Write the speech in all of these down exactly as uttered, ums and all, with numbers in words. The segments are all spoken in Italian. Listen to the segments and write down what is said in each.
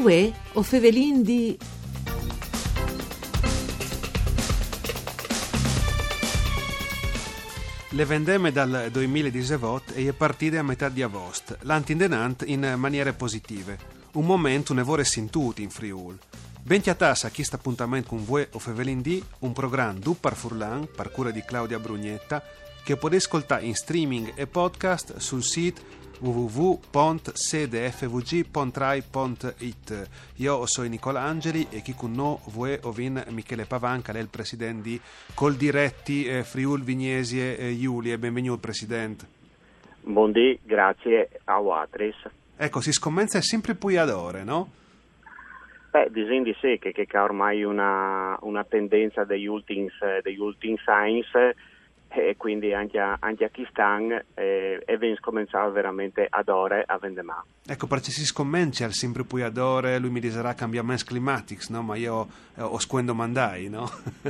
Uè, o fevelin di... Le vendemme dal duemiladiciotto e è partite a metà di agosto, l'antindenant in maniere positive. Un momento un'evore sintuti in Friul. Ben chiatassa a chi sta appuntamento con voi o fevelin di, un programma du par Furlan, par cura di Claudia Brugnetta, che potete ascoltare in streaming e podcast sul sito w w w punto c d f v g punto rai punto i t. Io sono Nicola Angeli e chi con noi vuoi ovin Michele Pavanca, lei è il presidente di Coldiretti eh, Friul Vignesi e Giulia. Benvenuto presidente. Buondì, grazie a Watris. Ecco, si scommenza sempre più ad ore, no? Beh, disegni di sé che, che è ormai una, una tendenza degli ultimi, degli ultimi science e quindi anche a, anche a chi stanno eh, e viene scominciato veramente ad ore a vendemà. Ecco, perché si scommencia al sempre più ad ore, lui mi diserà cambiamenti climatici, no? Ma io eh, ho squendo mandai, no?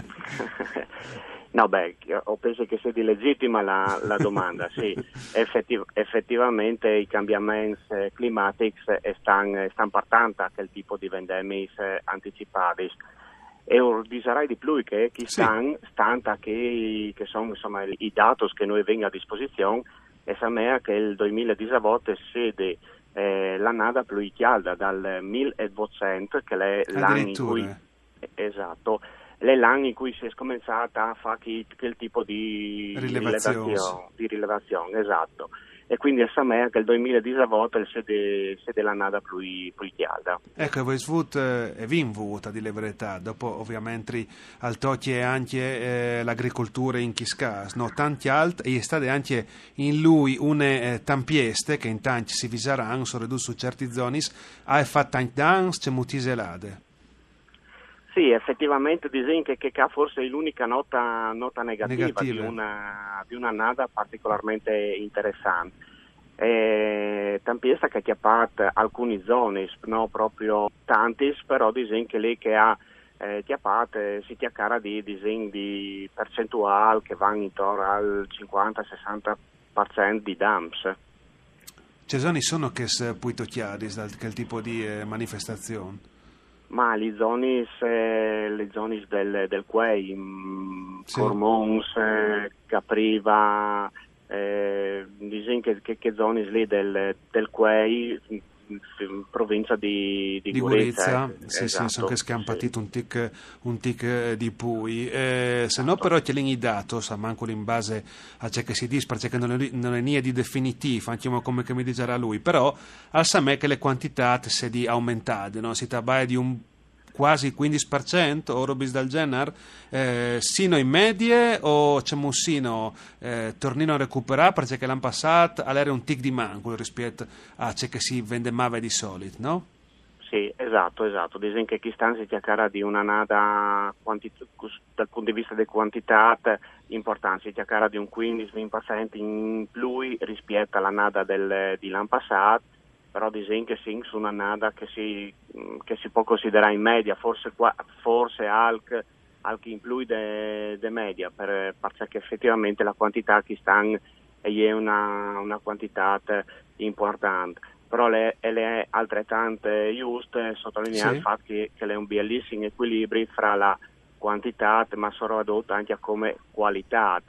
No, beh, ho penso che sia di legittima la, la domanda, sì. Effettiv- effettivamente i cambiamenti climatici stanno stan partendo a quel tipo di vendemmi anticipati. E disarai di più che chi sì. stanno stanta che, che sono insomma i dati che noi vengono a disposizione e sappiamo che il duemiladiciotto sede eh, l'annata più calda dal milleduecento che è l'anno in cui esatto è l'anno in cui si è cominciata a fare quel tipo di rilevazione, di rilevazione esatto. E quindi sappiamo che il duemiladiciotto è sede, sede l'annata più, più calda. Ecco, e voi svut e eh, vin vuota di la verità, dopo ovviamente al tocchi anche eh, l'agricoltura in Chiscas, no? Tanti alt e state anche in lui une eh, tampieste che in tanti si visaranno, sono ridotte su certi zoni, ha fatto tanti dans, c'è mutiselade. Sì, effettivamente disegno che, che ha forse l'unica nota, nota negativa, negativa. di una di un'annata particolarmente interessante. Eh, Tampiesta che ha fatto alcune zone, no proprio tanti, però disegno che lei che ha eh, chiappato eh, si chiacchiera di disegni di percentuale che vanno intorno al cinquanta sessanta per cento di dams. Ci zone sono che si può tocchiare da quel tipo di eh, manifestazione? Ma le zone, le zone del, del Quei, sì. Cormons, Capriva, eh, disegno che, che, che zone lì del, del Quei, provincia di, di, di Gorizia. Gorizia, sì, esatto, sì, sono che scampatito sì. un tic, un tic di Pui. Eh, se no però c'è i dati, sa manco in base a ciò che si dice, perché non è, non è niente di definitivo, anche come che mi dicerà lui, però al sa me che le quantità se di aumentate, no? Si tratta di un quasi quindici per cento o robis del genere, eh, sino in medie o c'è un sino eh, tornino a recuperare perché l'anno passato era un tic di manco rispetto a ciò che si vendemava di solito, no? Sì, esatto, esatto. Disegno che chi sta si chiacchiera di una nada quantit- dal punto di vista di quantità importante, si chiacchiera di un quindici venti per cento in più rispetto alla nada del, di l'anno passato, però disegno che si su una nada che si, che si può considerare in media, forse, forse anche in più de, de media, per, perché effettivamente la quantità che stanno è una, una quantità importante. Però le, le è altrettanto giusto sottolineare sì. il fatto che, che è un bellissimo equilibrio fra la quantità, ma soprattutto anche come qualità.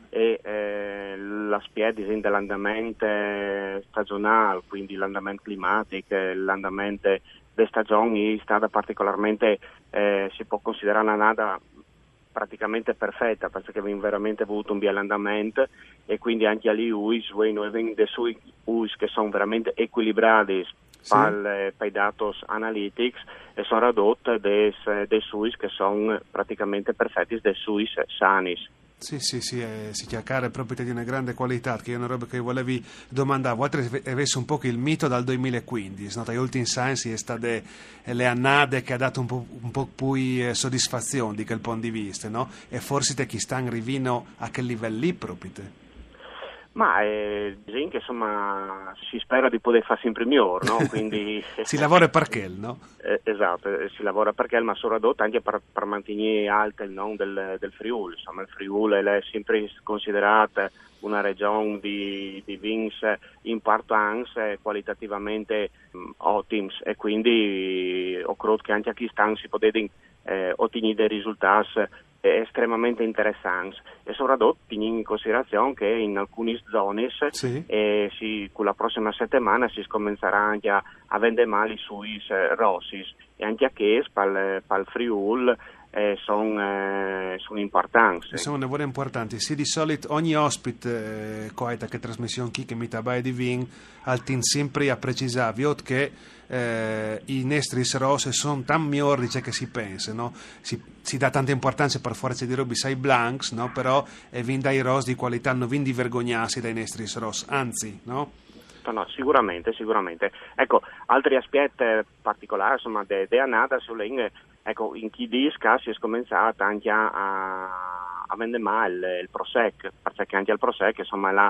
E eh, la spiega dell'andamento stagionale, quindi l'andamento climatico, l'andamento delle stagioni è stata particolarmente, eh, si può considerare una nada praticamente perfetta, perché abbiamo veramente avuto un bel andamento e quindi anche agli U I S, noi abbiamo dei U I S che sono veramente equilibrati sì. per i dati analytics e sono ridotti dei, dei S U I S che sono praticamente perfetti, dei S U I S sanis. Sì, sì, sì, eh, si chiacchiera proprio di una grande qualità, che è una roba che volevi domandare. Voi avesse un po' il mito dal duemilaquindici, no? Tra gli ultimi science è state le annate che ha dato un po', un po' più eh, soddisfazione di quel punto di vista, no? E forse te chi sta arrivino a quel livello lì proprio te. Ma eh, diciamo che insomma si spera di poter fare sempre migliore, no? Quindi si lavora per quel, no? Eh, esatto, eh, si lavora per quel, ma soprattutto anche per, per mantenere alto il nome del, del Friuli. Insomma, il Friuli è sempre considerata una regione di, di vins importante, qualitativamente mh, ottimi, e quindi ho credo che anche a chi stanno si potete eh, ottenere dei risultati estremamente interessanti, e soprattutto tenendo in considerazione che in alcune zone sì. eh, si, con la prossima settimana si comincerà anche a, a vendere male sui eh, rossi, e anche a che per il Friuli eh, sono eh, son importanti. Sono lavori importanti. Sì, di solito ogni ospite eh, coita che trasmissione chi che mi tabai di vin al tin sempre a precisare che eh, i nostri rossi sono tan migliori che si pensa, no? Si, si dà tanta importanza per forza di robi sai blancs, no? Però è vin dai rossi di qualità, non vin di vergognarsi dai nostri rossi, anzi, no? No, sicuramente, sicuramente. Ecco, altri aspetti particolari, insomma, de, de annata sulle ecco, in chi disca si è cominciato anche a, a vendere male il, il Prosec, perché anche il Prosec, insomma, là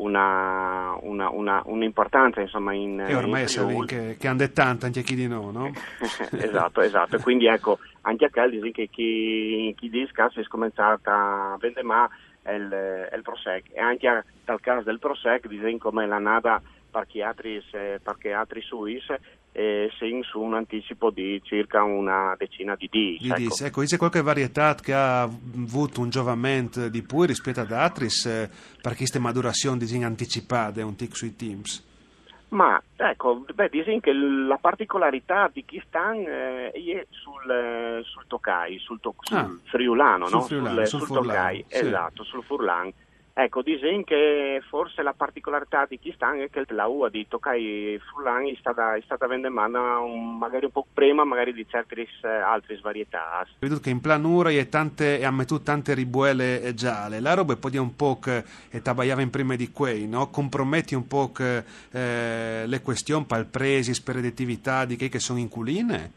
una, una, una, un'importanza, insomma, in e ormai in che, che hanno tanto anche chi di no, no? esatto, esatto. Quindi ecco, anche a Caldi che chi, chi disca si è cominciato a vendere male il, il Prosec, e anche dal caso del Prosec, disegno come la nada perché altri, perché altri suis eh, sin su un anticipo di circa una decina di dì. Di ecco. ecco, c'è qualche varietà che ha avuto un giovamento di più rispetto ad altri eh, per queste madurazioni disegno anticipate un tic sui teams? Ma ecco, beh, disegno che la particolarità di chi sta eh, è sul, sul Tokai, sul, to, sul ah, friulano, sul no? Friulano, sul, sul, sul Furlan, Tokai, sì. Esatto, sul Furlan. Ecco, disegno che forse la particolarità di chi sta è che la U A di Tokai Furlan è stata, è stata vendemata un, magari un po' prima magari di certe uh, altre varietà. Vedo che in planura e tante e ha messo tante ribuele gialle, la roba poi un po' che e tabaiava in prima di quei, no? Comprometti un po' che, eh, le questioni per presi, per redditività di che, che sono inculine?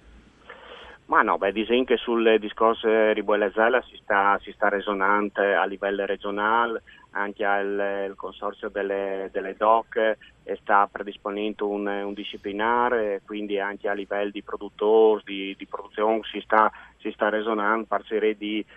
Ma no, beh, disegno che sul discorso ribuele gialla si sta, si sta resonante a livello regionale, anche al il consorzio delle, delle D O C sta predisponendo un, un disciplinare, quindi anche a livello di produttori, di, di produzione si sta, si sta resonando per di,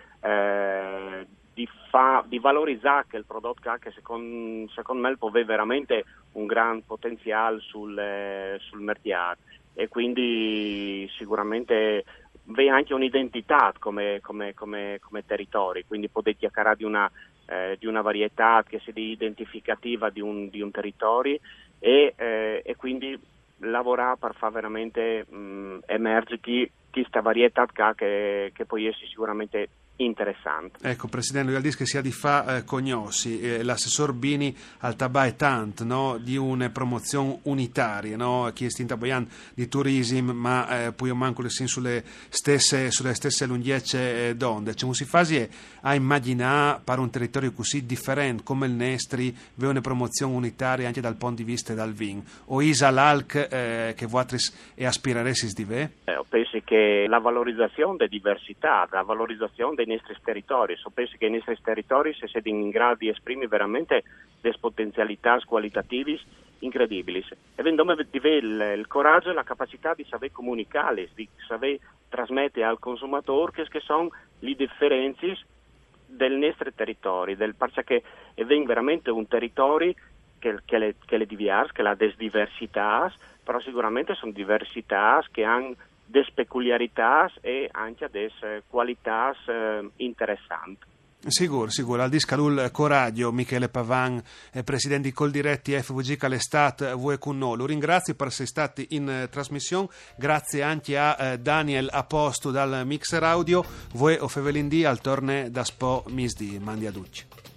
eh, di, fa, di valorizzare il prodotto che secondo, secondo me può avere veramente un gran potenziale sul, sul mercato, e quindi sicuramente v'è anche un'identità come, come, come, come territorio, quindi potete chiacchierare di una Eh, di una varietà che sia identificativa di un, di un territorio e, eh, e quindi lavorare per far veramente mh, emergere chi, questa varietà che, che può essere sicuramente interessante. Ecco, Presidente, io che sia di fa eh, cognosci eh, l'assessor Bini al Tabà e tant, no? Di una promozione unitaria, no? Chi è stinta Boian di turismo, ma eh, poi io manco le sulle stesse sulle stesse lunghezze eh, d'onde. Cioè, si fa a immaginare per un territorio così differente come il Nestri ve una promozione unitaria anche dal punto di vista dal vin, o isa l'alc eh, che voi e aspiraresti di ve? Eh, penso che la valorizzazione delle diversità, la valorizzazione dei nostri territori, so penso che i nostri territori si siano in grado di esprimere veramente delle potenzialità qualitative incredibili, e vendono di il, il coraggio e la capacità di saper comunicare, di saper trasmettere al consumatore che, che sono le differenze del nostro territorio, del perché è veramente un territorio che, che le, che le diverse, che ha delle diversità, però sicuramente sono diversità che hanno delle peculiarità e anche delle qualità eh, interessanti. Sicuro, sicuro. Al discalul coraggio Michele Pavan, eh, presidente di Coldiretti F V G Calestat, voi con noi. Lo ringrazio per essere stati in eh, trasmissione. Grazie anche a eh, Daniel Aposto dal mixer audio. Voi o Fevelindì al torne da Spo Misdi. Mandi a Ducci.